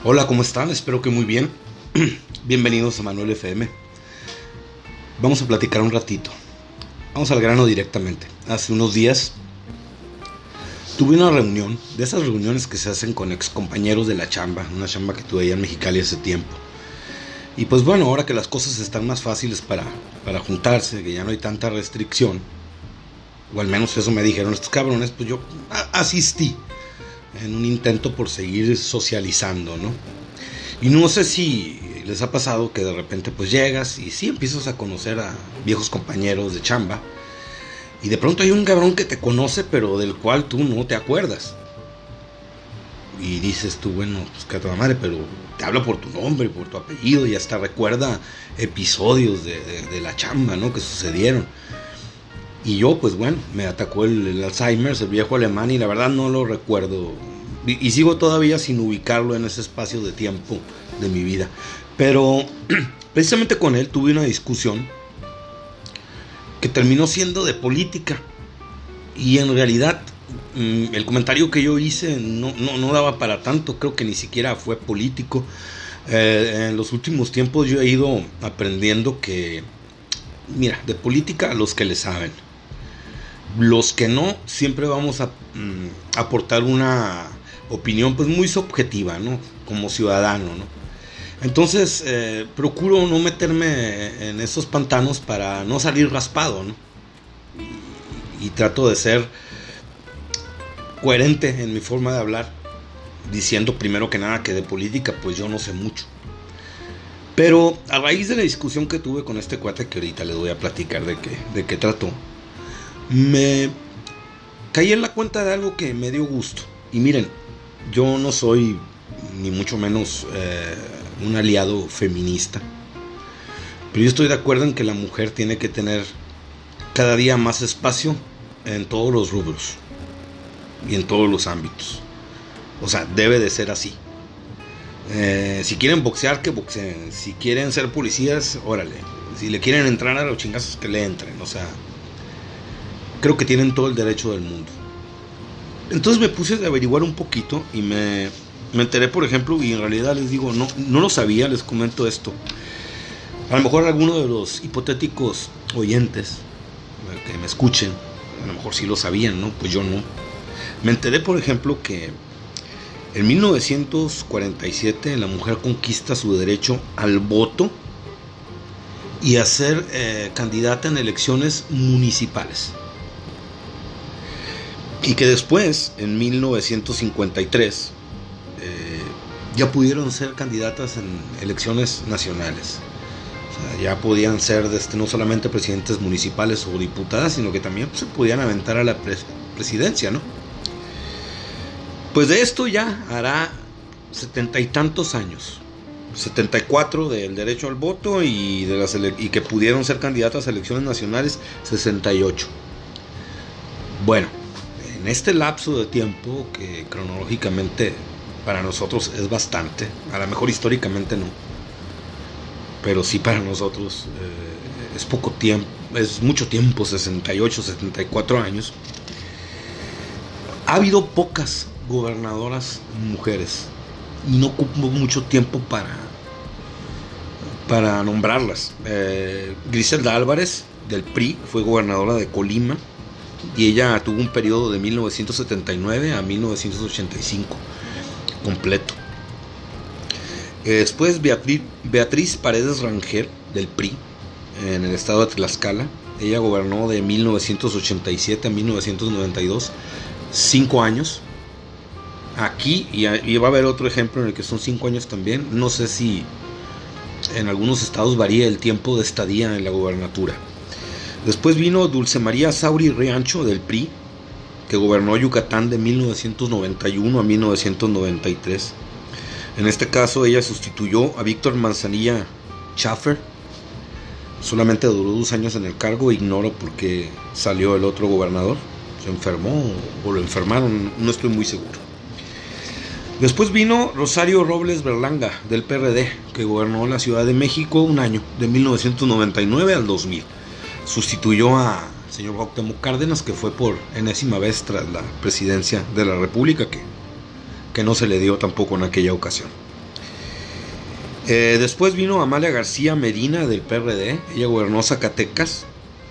Hola, ¿cómo están? Espero que muy bien. Bienvenidos a Manuel FM. Vamos a platicar un ratito. Vamos al grano directamente. Hace unos días tuve una reunión, de esas reuniones que se hacen con ex compañeros de la chamba, una chamba que tuve allá en Mexicali hace tiempo. Y pues bueno, ahora que las cosas están más fáciles para juntarse, que ya no hay tanta restricción, o al menos eso me dijeron estos cabrones, pues yo asistí en un intento por seguir socializando, ¿no? Y no sé si les ha pasado que de repente pues llegas y sí empiezas a conocer a viejos compañeros de chamba y de pronto hay un cabrón que te conoce pero del cual tú no te acuerdas. Y dices tú, bueno, pues que a toda madre, pero te habla por tu nombre, por tu apellido y hasta recuerda episodios de la chamba, ¿no? Que sucedieron. Y yo, pues bueno, me atacó el Alzheimer, el viejo alemán, y la verdad no lo recuerdo. Y sigo todavía sin ubicarlo en ese espacio de tiempo de mi vida. Pero precisamente con él tuve una discusión que terminó siendo de política. Y en realidad el comentario que yo hice no daba para tanto, creo que ni siquiera fue político. En los últimos tiempos yo he ido aprendiendo que, mira, de política los que le saben. Los que no, siempre vamos a aportar una opinión pues muy subjetiva, ¿no? Como ciudadano, ¿no? Entonces procuro no meterme en esos pantanos para no salir raspado, ¿no? Y trato de ser coherente en mi forma de hablar, diciendo primero que nada que de política pues yo no sé mucho. Pero a raíz de la discusión que tuve con este cuate, que ahorita les voy a platicar de qué trató, me caí en la cuenta de algo que me dio gusto. Y miren, yo no soy ni mucho menos un aliado feminista, pero yo estoy de acuerdo en que la mujer tiene que tener cada día más espacio en todos los rubros y en todos los ámbitos. O sea, debe de ser así. Si quieren boxear, que boxeen. Si quieren ser policías, órale. Si le quieren entrar a los chingazos, que le entren. O sea, creo que tienen todo el derecho del mundo. Entonces me puse a averiguar un poquito y me enteré, por ejemplo, y en realidad les digo, no lo sabía, les comento esto. A lo mejor alguno de los hipotéticos oyentes que me escuchen, a lo mejor sí lo sabían, ¿no? Pues yo no. Me enteré, por ejemplo, que en 1947 la mujer conquista su derecho al voto y a ser candidata en elecciones municipales. Y que después, en 1953, ya pudieron ser candidatas en elecciones nacionales. O sea, ya podían ser no solamente presidentes municipales o diputadas, sino que también pues, se podían aventar a la presidencia, ¿no? Pues de esto ya hará 70 y tantos años. 74 del derecho al voto y que pudieron ser candidatas a elecciones nacionales, 68. Bueno, en este lapso de tiempo, que cronológicamente para nosotros es bastante, a lo mejor históricamente no, pero sí para nosotros es poco tiempo, es mucho tiempo, 68, 74 años. Ha habido pocas gobernadoras mujeres y no ocupo mucho tiempo para nombrarlas. Griselda Álvarez del PRI fue gobernadora de Colima y ella tuvo un periodo de 1979 a 1985 completo. Después Beatriz Paredes Rangel del PRI en el estado de Tlaxcala. Ella gobernó de 1987 a 1992, 5 años. Aquí, y va a haber otro ejemplo en el que son 5 años también. No sé si en algunos estados varía el tiempo de estadía en la gobernatura. Después vino Dulce María Sauri Riancho del PRI, que gobernó Yucatán de 1991 a 1993. En este caso ella sustituyó a Víctor Manzanilla Schaffer. Solamente duró 2 años en el cargo, ignoro por qué salió el otro gobernador. Se enfermó o lo enfermaron, no estoy muy seguro. Después vino Rosario Robles Berlanga del PRD, que gobernó la Ciudad de México un año, de 1999 al 2000. Sustituyó a señor Cuauhtémoc Cárdenas, que fue por enésima vez tras la presidencia de la República, que no se le dio tampoco en aquella ocasión. Después vino Amalia García Medina del PRD. Ella gobernó Zacatecas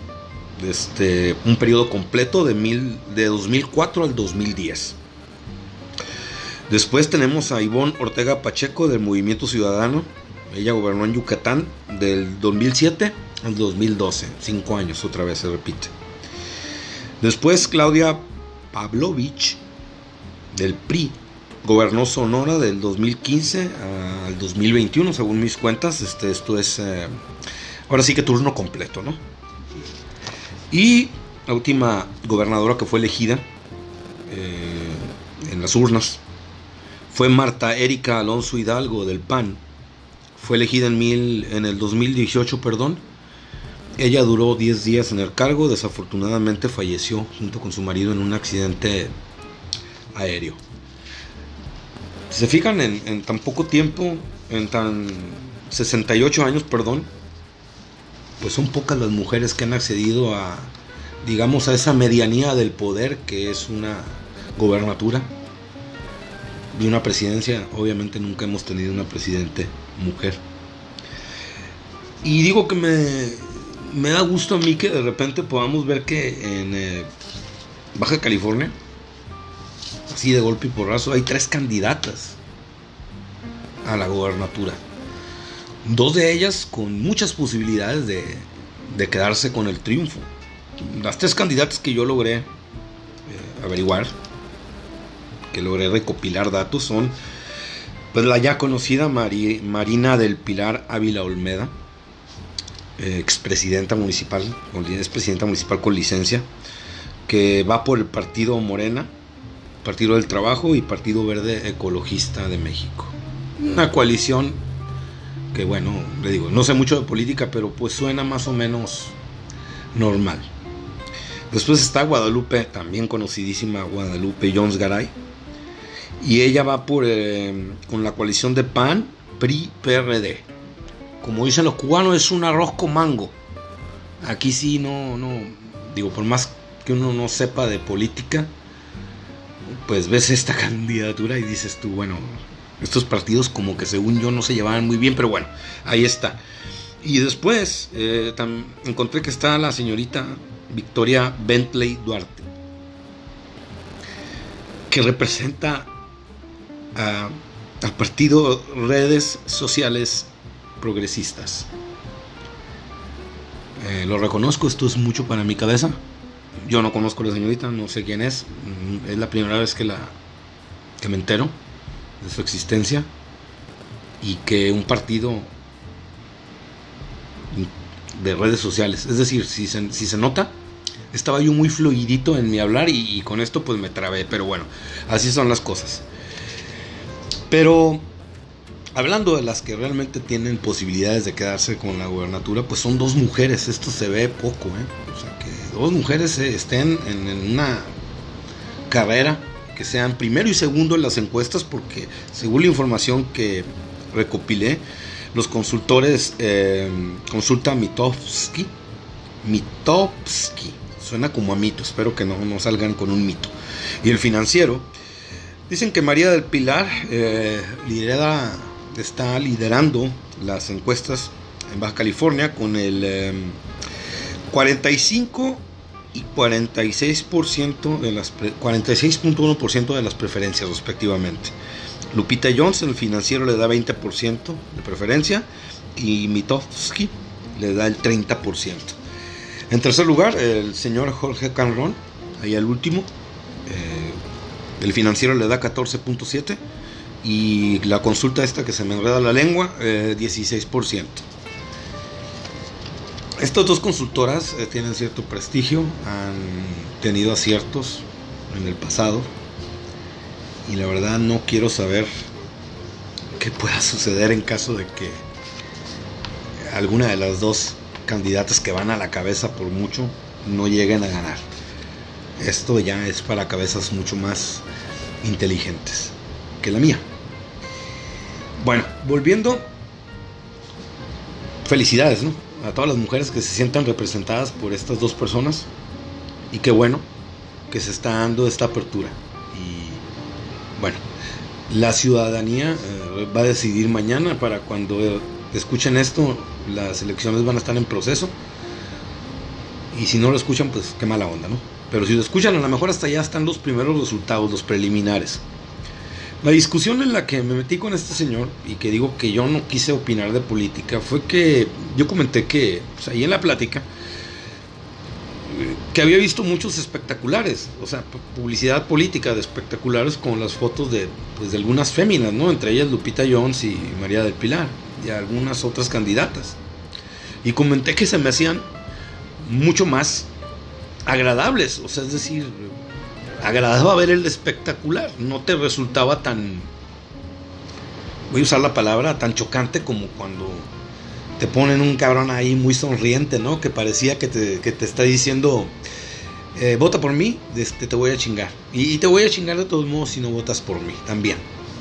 un periodo completo de 2004 al 2010. Después tenemos a Ivonne Ortega Pacheco del Movimiento Ciudadano. Ella gobernó en Yucatán del 2007 al 2012. 5 años, otra vez se repite. Después Claudia Pavlovich del PRI gobernó Sonora del 2015 al 2021, según mis cuentas. Esto es ahora sí que turno completo, ¿no? Y la última gobernadora que fue elegida en las urnas fue Marta Erika Alonso Hidalgo del PAN. Fue elegida en el 2018, perdón. Ella duró 10 días en el cargo. Desafortunadamente falleció junto con su marido en un accidente aéreo. Si se fijan, en tan poco tiempo, en tan 68 años, perdón, pues son pocas las mujeres que han accedido a, digamos, a esa medianía del poder que es una gobernatura y una presidencia. Obviamente nunca hemos tenido una presidente mujer. Y digo que me da gusto a mí que de repente podamos ver que en Baja California, así de golpe y porrazo, hay 3 candidatas a la gobernatura. 2 de ellas con muchas posibilidades de quedarse con el triunfo. Las 3 candidatas que yo logré averiguar, que logré recopilar datos, son pues la ya conocida Marina del Pilar Ávila Olmeda, expresidenta municipal, es presidenta municipal con licencia, que va por el partido Morena, Partido del Trabajo y Partido Verde Ecologista de México. Una coalición que, bueno, le digo, no sé mucho de política, pero pues suena más o menos normal. Después está Guadalupe, también conocidísima Guadalupe Jones Garay, y ella va con la coalición de PAN, PRI, PRD. Como dicen los cubanos, es un arroz con mango. Aquí sí no, digo, por más que uno no sepa de política, pues ves esta candidatura y dices tú, bueno, estos partidos como que según yo no se llevaban muy bien, pero bueno, ahí está. Y después encontré que está la señorita Victoria Bentley Duarte, que representa al partido Redes Sociales Progresistas. Lo reconozco, esto es mucho para mi cabeza. Yo no conozco a la señorita, no sé quién es. Es la primera vez que me entero de su existencia, y que un partido de redes sociales, es decir, si se nota, estaba yo muy fluidito en mi hablar y con esto pues me trabé, pero bueno, así son las cosas. Pero hablando de las que realmente tienen posibilidades de quedarse con la gobernatura, pues son 2 mujeres. Esto se ve poco, o sea, que 2 mujeres estén en una carrera, que sean primero y segundo en las encuestas, porque según la información que recopilé, los consultores Consulta Mitofsky, suena como a mito, espero que no salgan con un mito, y el Financiero dicen que María del Pilar está liderando las encuestas en Baja California con el 45 y 46% de las 46.1% de las preferencias respectivamente. Lupita Jones en el Financiero le da 20% de preferencia y Mitofsky le da el 30%. En tercer lugar, el señor Jorge Canrón, ahí al último, el Financiero le da 14.7% y la consulta esta que se me enreda la lengua, 16%. Estas 2 consultoras tienen cierto prestigio, han tenido aciertos en el pasado, y la verdad no quiero saber qué pueda suceder en caso de que alguna de las 2 candidatas que van a la cabeza por mucho no lleguen a ganar. Esto ya es para cabezas mucho más inteligentes que la mía. Bueno, volviendo, felicidades, ¿no?, a todas las mujeres que se sientan representadas por estas 2 personas, y qué bueno que se está dando esta apertura. Y bueno, La ciudadanía va a decidir mañana. Para cuando escuchen esto, las elecciones van a estar en proceso. Y si no lo escuchan, pues qué mala onda, ¿no? Pero si lo escuchan, a lo mejor hasta ya están los primeros resultados, los preliminares. La discusión en la que me metí con este señor, y que digo que yo no quise opinar de política, fue que yo comenté que, pues ahí en la plática, que había visto muchos espectaculares, o sea, publicidad política de espectaculares con las fotos de, pues, de algunas féminas, ¿no? Entre ellas Lupita Jones y María del Pilar, y algunas otras candidatas. Y comenté que se me hacían mucho más agradables, o sea, es decir, agradaba ver el espectacular, no te resultaba tan, voy a usar la palabra, tan chocante como cuando te ponen un cabrón ahí muy sonriente, ¿no? Que parecía que te está diciendo, vota por mí, te voy a chingar. Y te voy a chingar de todos modos si no votas por mí, también.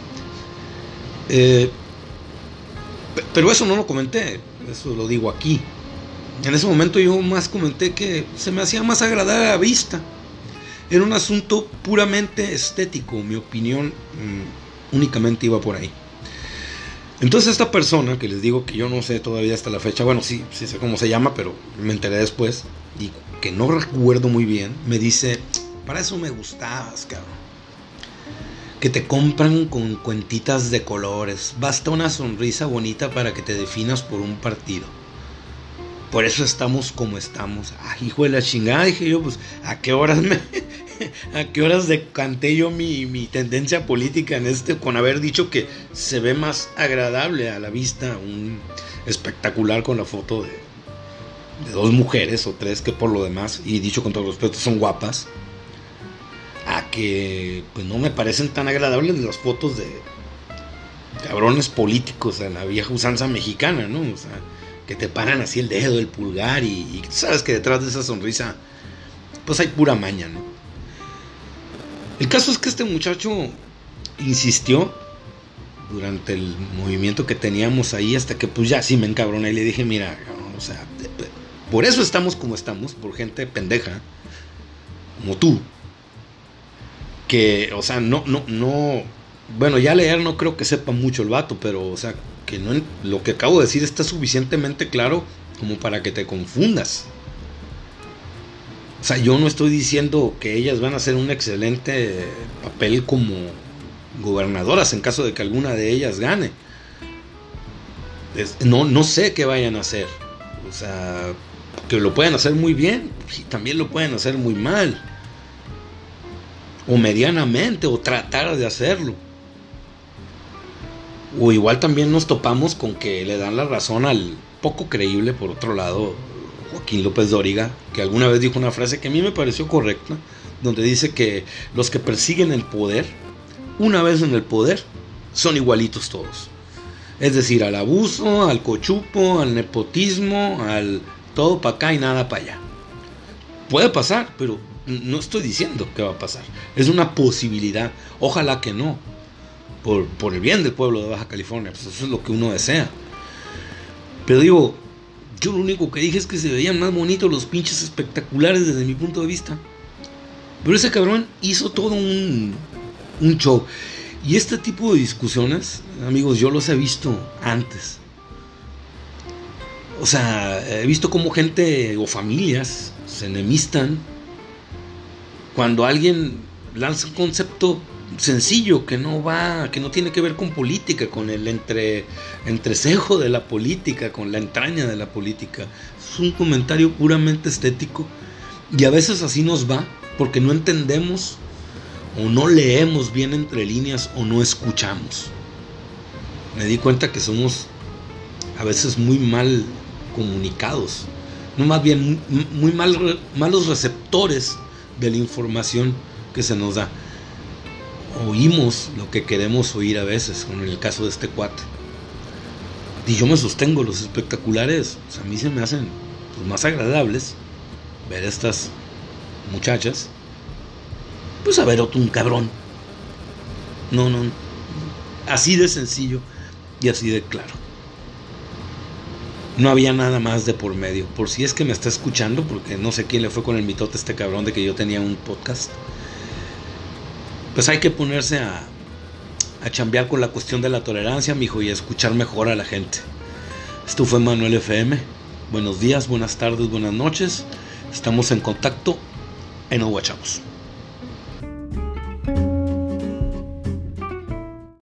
Pero eso no lo comenté, eso lo digo aquí. En ese momento yo más comenté que se me hacía más agradable a la vista. Era un asunto puramente estético, mi opinión únicamente iba por ahí. Entonces esta persona, que les digo que yo no sé todavía hasta la fecha, bueno, sí sé cómo se llama, pero me enteré después, y que no recuerdo muy bien, me dice, para eso me gustabas, cabrón. Que te compran con cuentitas de colores, basta una sonrisa bonita para que te definas por un partido. Por eso estamos como estamos. Ay, hijo de la chingada, dije yo, pues, ¿a qué horas decanté yo mi tendencia política en con haber dicho que se ve más agradable a la vista un espectacular con la foto de dos mujeres o tres que por lo demás, y dicho con todo respeto, son guapas, a que pues no me parecen tan agradables las fotos de cabrones políticos a la vieja usanza mexicana, ¿no? O sea, que te paran así el dedo, el pulgar, y sabes que detrás de esa sonrisa pues hay pura maña, ¿no? El caso es que este muchacho insistió durante el movimiento que teníamos ahí, hasta que pues ya sí me encabroné y le dije, mira, o sea, por eso estamos como estamos, por gente pendeja como tú, que, o sea, no, bueno, ya leer no creo que sepa mucho el vato, pero, o sea, que no, lo que acabo de decir está suficientemente claro como para que te confundas. O sea, yo no estoy diciendo que ellas van a hacer un excelente papel como gobernadoras en caso de que alguna de ellas gane. No sé qué vayan a hacer. O sea, que lo pueden hacer muy bien y también lo pueden hacer muy mal. O medianamente, o tratar de hacerlo. O igual también nos topamos con que le dan la razón al poco creíble, por otro lado, Joaquín López Dóriga, que alguna vez dijo una frase que a mí me pareció correcta, donde dice que los que persiguen el poder, una vez en el poder, son igualitos todos. Es decir, al abuso, al cochupo, al nepotismo, al todo para acá y nada para allá. Puede pasar, pero no estoy diciendo que va a pasar. Es una posibilidad. Ojalá que no. Por el bien del pueblo de Baja California, pues eso es lo que uno desea. Pero digo, yo lo único que dije es que se veían más bonitos los pinches espectaculares desde mi punto de vista. Pero ese cabrón hizo todo un show. Y este tipo de discusiones, amigos, yo los he visto antes. O sea, he visto cómo gente o familias se enemistan cuando alguien lanza un concepto sencillo que no tiene que ver con política, con el entrecejo de la política, con la entraña de la política. Es un comentario puramente estético, y a veces así nos va porque no entendemos o no leemos bien entre líneas o no escuchamos. Me di cuenta que somos a veces muy mal comunicados, no, más bien muy malos receptores de la información que se nos da. Oímos lo que queremos oír a veces, como en el caso de este cuate. Y yo me sostengo, los espectaculares, o sea, a mí se me hacen pues más agradables ver a estas muchachas, pues a ver otro un cabrón. No, así de sencillo y así de claro. No había nada más de por medio. Por si es que me está escuchando, porque no sé quién le fue con el mitote a este cabrón de que yo tenía un podcast, pues hay que ponerse a a chambear con la cuestión de la tolerancia, mijo, y a escuchar mejor a la gente. Esto fue Manuel FM. Buenos días, buenas tardes, buenas noches. Estamos en contacto y nos guachamos.